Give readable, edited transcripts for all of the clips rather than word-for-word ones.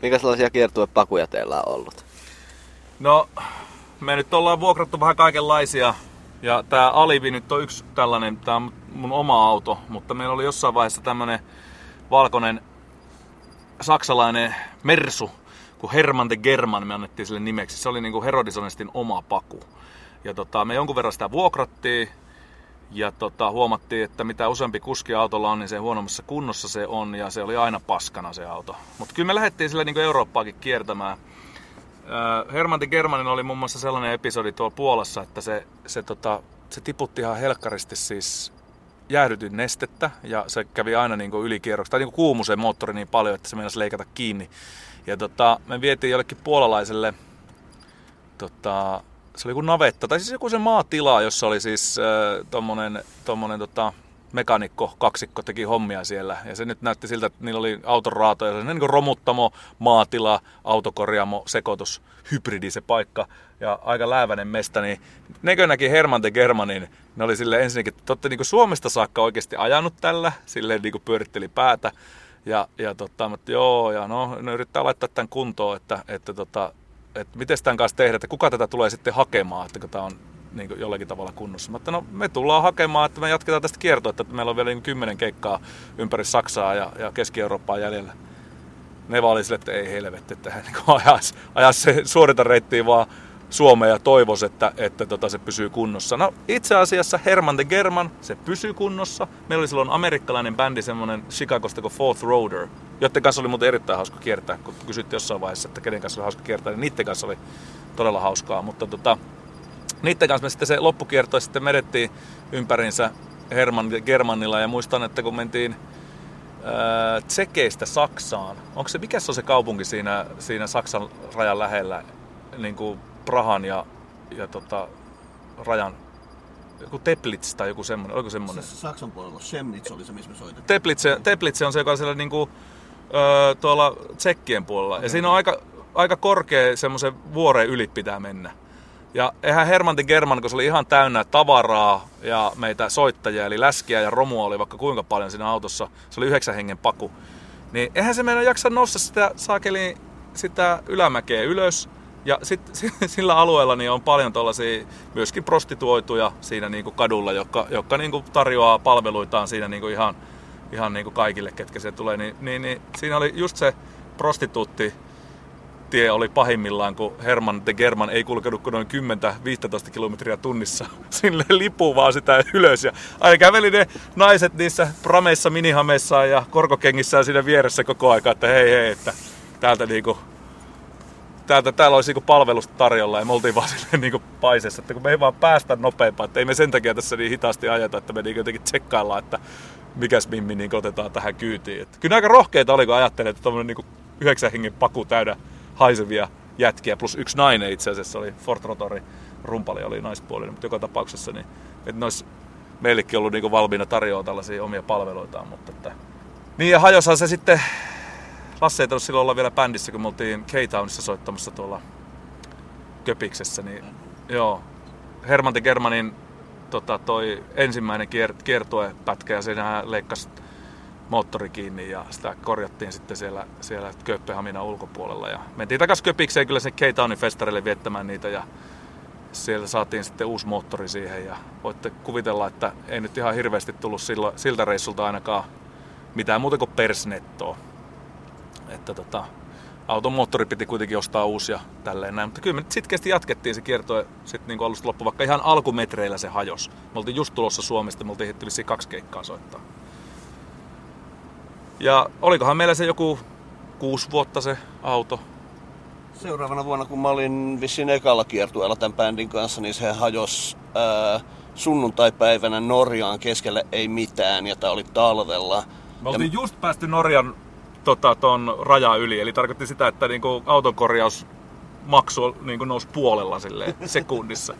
Minkälaisia kiertuepakuja teillä on ollut? No, me nyt ollaan vuokrattu vähän kaikenlaisia. Ja tää Alivi nyt on yksi tällainen, tää on mun oma auto, mutta meillä oli jossain vaiheessa tämmönen valkoinen saksalainen Mersu, kun Hermann de German me annettiin sille nimeksi. Se oli niinku Herodisonestin oma paku. Ja me jonkun verran sitä vuokrattiin ja huomattiin, että mitä useampi kuski autolla on, niin se huonommassa kunnossa se on ja se oli aina paskana se auto. Mutta kyllä me lähdettiin sille niinku Eurooppaakin kiertämään. Hermann de Germanin oli muun muassa sellainen episodi tuolla Puolassa, että se tiputti ihan helkkaristi siis jäähdytyn nestettä ja se kävi aina niinku ylikierroksi. Tai niinku kuumui se moottori niin paljon, että se meinasi leikata kiinni. Ja me vietiin jollekin puolalaiselle, se oli joku navetta, tai siis joku se maatila, jossa oli siis tommonen mekanikko, kaksikko teki hommia siellä. Ja se nyt näytti siltä, että niillä oli auton raatoja, se oli niin kuin romuttamo, maatila, autokorjaamo, sekoitus, hybridi se paikka ja aika lääväinen mesta. Niin nekö näki Hermann de Germanin, ne oli silleen ensinnäkin, että olette niin kuin Suomesta saakka oikeasti ajanut tällä, silleen niin kuin pyöritteli päätä. Ja joo, ja no, ne yrittää laittaa tämän kuntoon, että miten tämän kanssa tehdä, että kuka tätä tulee sitten hakemaan, että kun tämä on niin kuin jollakin tavalla kunnossa. Mutta no, me tullaan hakemaan, että me jatketaan tästä kiertoa, että meillä on vielä niin 10 keikkaa ympäri Saksaa ja Keski-Eurooppaa jäljellä. Ne vaan oli sille, että ei helvetti, että hän niin ajaisi se suorita reittiä vaan Suomeen ja toivoisi, että se pysyy kunnossa. No itse asiassa Hermann de German, se pysyy kunnossa. Meillä oli silloin amerikkalainen bändi, semmoinen Chicagosta kuin Fourth Roader, joiden kanssa oli muuten erittäin hauska kiertää. Kun kysyttiin jossain vaiheessa, että kenen kanssa oli hauska kiertää, niin niiden kanssa oli todella hauskaa. Mutta niiden kanssa me sitten se loppukierto sitten vedettiin ympäriinsä Hermann de Germanilla ja muistan, että kun mentiin Tsekeistä Saksaan, mikä se on se kaupunki siinä Saksan rajan lähellä, niin kuin Prahan ja rajan, joku Teplitz tai joku semmoinen, oliko semmoinen? Se Saksan puolella, Chemnitz oli se, missä me soitettiin. Teplitz on se, joka on siellä niinku, tuolla Tsekkien puolella. Okay. Ja siinä on aika korkea semmoisen vuoreen yli pitää mennä. Ja eihän Hermann de German, kun se oli ihan täynnä tavaraa ja meitä soittajia, eli läskiä ja romua oli vaikka kuinka paljon siinä autossa, se oli 9 hengen paku, niin eihän se meidän jaksa nousta sitä ylämäkeä ylös. Ja sitten sillä alueella niin on paljon tuollaisia myöskin prostituoituja siinä niinku kadulla, jotka niinku tarjoaa palveluitaan siinä niinku ihan niinku kaikille, ketkä se tulee. Niin siinä oli just se prostituuttitie oli pahimmillaan, kun Hermann de German ei kulkenut kuin noin 10-15 kilometriä tunnissa. Sille lipuu vaan sitä ylös. Ja aina käveli ne naiset niissä prameissa, minihameissaan ja korkokengissään siinä vieressä koko aika, että hei, että täältä niinku... Täällä olisi niinku palvelusta tarjolla ja me oltiin vaan silleen niinku paisessa, että kun me ei vaan päästä nopeampaa, että ei me sen takia tässä niin hitaasti ajeta, että me niinku jotenkin tsekkaillaan, että mikäs mimmi niinku otetaan tähän kyytiin. Että kyllä aika rohkeita oli, kun ajattelin, että tommonen niinku 9 hengen paku täydä haisevia jätkiä, plus yksi nainen itse asiassa oli Ford Rotori, rumpali oli naispuolinen, mutta joka tapauksessa niin, että ne olisi meillekin ollut niinku valmiina tarjoaa tällaisia omia palveluitaan. Mutta että... Niin ja hajoshan se sitten... Lasse ei tullut silloin olla vielä bändissä, kun me oltiin K-Townissa soittamassa tuolla Köpiksessä. Niin, joo, Hermann de Germanin toi ensimmäinen kiertuepätkä ja siinähän leikkasi moottori kiinni ja sitä korjattiin sitten siellä Kööpenhaminan ulkopuolella. Ja mentiin takaisin Köpikseen kyllä sen K-Townin festarille viettämään niitä ja siellä saatiin sitten uusi moottori siihen. Ja voitte kuvitella, että ei nyt ihan hirveästi tullut siltä reissulta ainakaan mitään muuta kuin persnettoa. Että auton moottori piti kuitenkin ostaa uusi ja tälleen näin. Mutta kyllä me sitkeästi jatkettiin se kiertue sitten niin alusta loppuun, vaikka ihan alkumetreillä se hajosi. Me oltiin just tulossa Suomesta, me oltiin hitty vissiin 2 keikkaa soittaa. Ja olikohan meillä se joku 6 vuotta se auto. Seuraavana vuonna, kun mä olin vissiin ekalla kiertueella tämän bändin kanssa, niin se hajosi sunnuntaipäivänä Norjaan, keskelle ei mitään ja tää oli talvella. Me oltiin just päästy Norjan ton raja yli, eli tarkoitti sitä, että niinku autonkorjausmaksu niinku nousi puolella sekunnissa.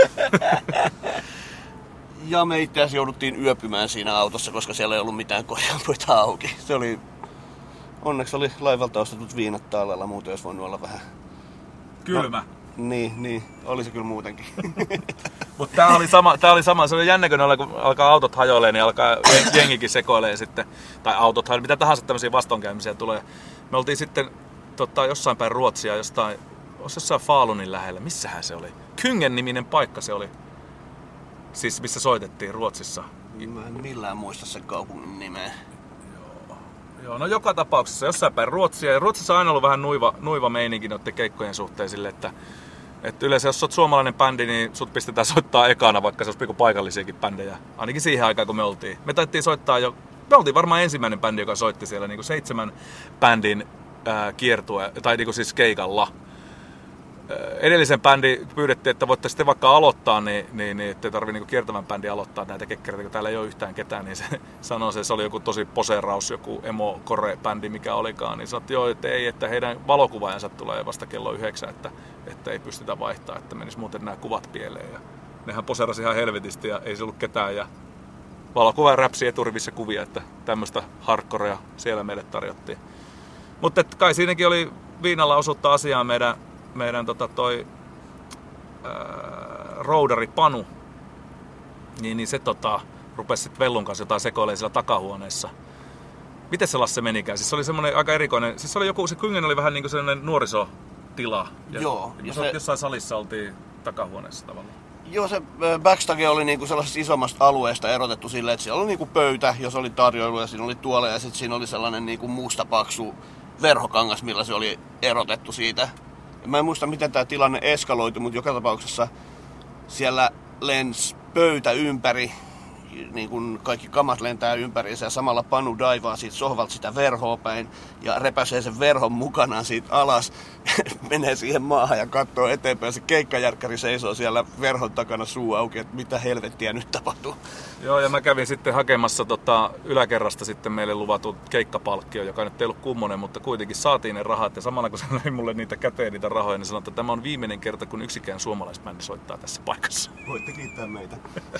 Ja me itse asiassa jouduttiin yöpymään siinä autossa, koska siellä ei ollut mitään korjaampuita auki. Onneksi oli laivalta ostetut viinat tallella, muuten olisi voinut olla vähän... Kylmä. No, niin, oli se kyllä muutenkin. Mutta tää oli sama, se oli jännä, kun alkaa autot hajoilee, niin alkaa jengikin sekoilee sitten, tai autot, mitä tahansa tämmöisiä vastoinkäymisiä tulee. Me oltiin sitten jossain päin Ruotsia, jossain Falunin lähellä. Missähän se oli? Kyngen-niminen paikka se oli. Siis missä soitettiin Ruotsissa. Mä en millään muista sen kaupungin nimeä. Joo, no joka tapauksessa jossain päin Ruotsia. Ja Ruotsissa on aina ollut vähän nuiva meininki noiden keikkojen suhteen sille, että yleensä jos olet suomalainen bändi, niin sut pistetään soittaa ekana, vaikka se olisi niinku paikallisiakin bändejä. Ainakin siihen aikaan, kun me oltiin. Me taittiin soittaa me oltiin varmaan ensimmäinen bändi, joka soitti siellä niinku 7 bändin kiertue, tai niinku siis keikalla. Edellisen bändi pyydettiin, että voitte sitten vaikka aloittaa, niin ettei tarvitse niinku kiertävän bändin aloittaa näitä kekkereitä, kun täällä ei ole yhtään ketään, niin se sanoi, että se oli joku tosi poseeraus, joku emo-kore-bändi, mikä olikaan, niin sanoi, että joo, että ei, että heidän valokuvaajansa tulee vasta kello 9, että ei pystytä vaihtaa, että menisi muuten nämä kuvat pieleen. Ja nehän poseerasi ihan helvetisti ja ei se ollut ketään, ja valokuvaaja räpsi eturivissä kuvia, että tämmöistä hardcorea siellä meille tarjottiin. Mutta kai siinäkin oli viinalla osuutta asiaa meidän roudari Panu, niin se rupesi sitten Vellun kanssa jotain sekoilemaan siellä takahuoneessa. Miten se Lasse menikään? Siis se oli semmoinen aika erikoinen, siis se Kyngen oli vähän niin kuin sellainen nuorisotila. Joo. Ja jossain salissa oltiin takahuoneessa tavallaan. Joo, se backstage oli niinku sellaisesta isommasta alueesta erotettu silleen, että siellä oli niinku pöytä, jos oli tarjoilu ja siinä oli tuoleja ja sitten siinä oli sellainen niinku musta paksu verhokangas, millä se oli erotettu siitä. Mä en muista, miten tämä tilanne eskaloitui, mutta joka tapauksessa siellä lensi pöytä ympäri, niin kuin kaikki kamat lentää ympäriinsä ja samalla Panu daivaa siitä sohvalta sitä verhoa päin ja repäsee sen verhon mukanaan siitä alas, menee siihen maahan ja katsoo eteenpäin. Se keikkajärkkäri seisoo siellä verhon takana suu auki, että mitä helvettiä nyt tapahtuu. Joo, ja mä kävin sitten hakemassa yläkerrasta sitten meille luvatun keikkapalkkio, joka nyt ei ollut kummonen, mutta kuitenkin saatiin ne rahat. Ja samalla kun se löi mulle niitä käteen, niitä rahoja, niin sanoin, että tämä on viimeinen kerta, kun yksikään suomalaisbändi soittaa tässä paikassa. Voitte kiittää meitä.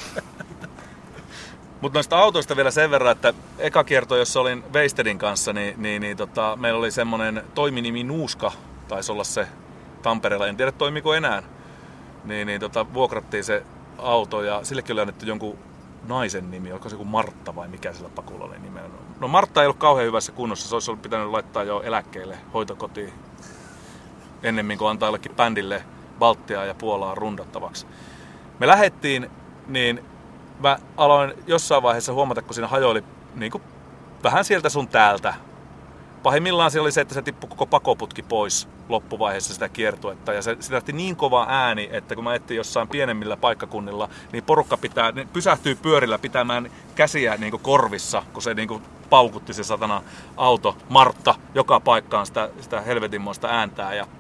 Mutta noista autoista vielä sen verran, että eka kierto, jossa olin Weistedin kanssa, meillä oli semmonen toiminimi Nuuska, taisi olla se Tampereella, en tiedä toimiko enää. Vuokrattiin se auto ja sillekin oli annettu jonkun naisen nimi, oliko se joku Martta vai mikä sillä pakulla oli nimeä. No Martta ei ollut kauhean hyvässä kunnossa, se olisi pitänyt laittaa jo eläkkeelle hoitokotiin ennemmin kuin antaa jollekin bändille Baltiaa ja Puolaa rundattavaksi. Me lähdettiin, niin mä aloin jossain vaiheessa huomata, kun siinä hajoili niin kuin vähän sieltä sun täältä. Pahimmillaan se oli se, että se tippui koko pakoputki pois loppuvaiheessa sitä kiertuetta. Ja se lähti niin kova ääni, että kun mä etsin jossain pienemmillä paikkakunnilla, niin porukka pysähtyy pyörillä pitämään käsiä niin kuin korvissa, kun se niin kuin paukutti se satana auto, Martta, joka paikkaan sitä helvetinmoista ääntää. Ja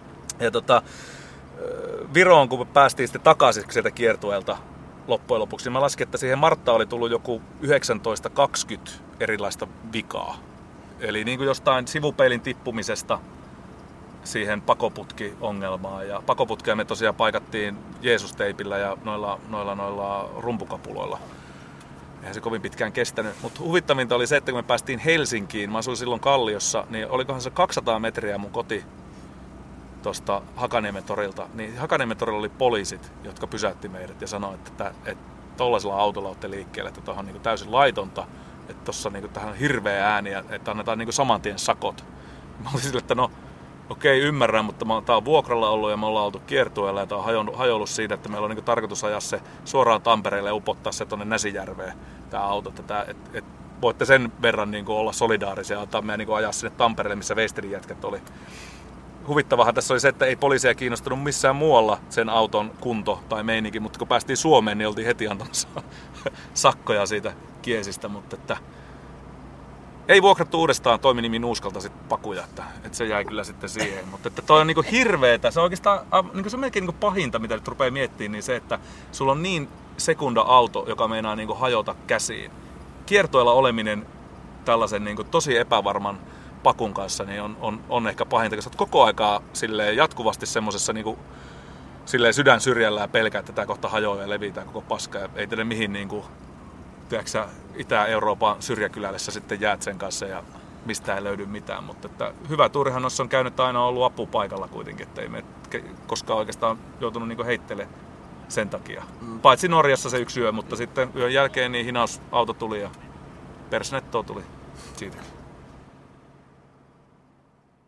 Viroon, kun päästiin sitten takaisin sieltä kiertueelta loppujen lopuksi, niin mä laskin, että siihen Martta oli tullut joku 19-20 erilaista vikaa. Eli niin kuin jostain sivupeilin tippumisesta siihen pakoputki-ongelmaan. Ja pakoputkia me tosiaan paikattiin Jeesus-teipillä ja noilla rumpukapuloilla. Eihän se kovin pitkään kestänyt. Mutta huvittavinta oli se, että kun me päästiin Helsinkiin, mä asuin silloin Kalliossa, niin olikohan se 200 metriä mun koti tuosta Hakaniemen torilta. Niin Hakaniemen torilla oli poliisit, jotka pysäytti meidät ja sanoi, että tollaisella autolla olette liikkeelle, että tuohon on niin täysin laitonta. Että tossa niinku tähän on hirveä ääni, että annetaan niinku saman tien sakot. Mä olin sille, että no okei, ymmärrän, mutta tää on vuokralla ollut ja me ollaan oltu kiertueella ja tää on hajoillut siitä, että meillä on niinku tarkoitus ajaa se suoraan Tampereelle ja upottaa se tonne Näsijärveen tää auto. Et voitte sen verran niinku olla solidaarisia ja antaa meidän niinku ajaa sinne Tampereelle, missä Weistedin jätkät oli. Huvittavahan tässä oli se, että ei poliisia kiinnostunut missään muualla sen auton kunto tai meininki, mutta kun päästiin Suomeen, niin oltiin heti antamassa sakkoja siitä kiesistä, mutta että ei vuokrattu uudestaan toiminimi Nuuskalta sit pakuja, että se jäi kyllä sitten siihen, mutta että toi on niinku hirveetä, se on oikeastaan niinku se on melkein niinku pahinta, mitä nyt rupeaa miettimään, niin se, että sulla on niin sekunda-auto, joka meinaa niinku hajota käsiin. Kiertoilla oleminen tällaisen niinku tosi epävarman pakun kanssa niin on ehkä pahinta, koska sä oot koko aikaa silleen jatkuvasti semmosessa niinku silleen sydän syrjällä ja pelkää, että tää kohta hajoaa ja levitään koko paska ja ei tiedä mihin niinku tiedätkö, Itä-Euroopan syrjäkylälle sä sitten jäät sen kanssa ja mistä ei löydy mitään, mutta että hyvä tuurihan noissa on käynyt, että aina on ollut apupaikalla kuitenkin, että ei me koskaan oikeastaan joutunut niinku heittelemään sen takia. Paitsi Norjassa se yksi yö, mutta sitten yön jälkeen niin hinausauto tuli ja persnettoa tuli siitä.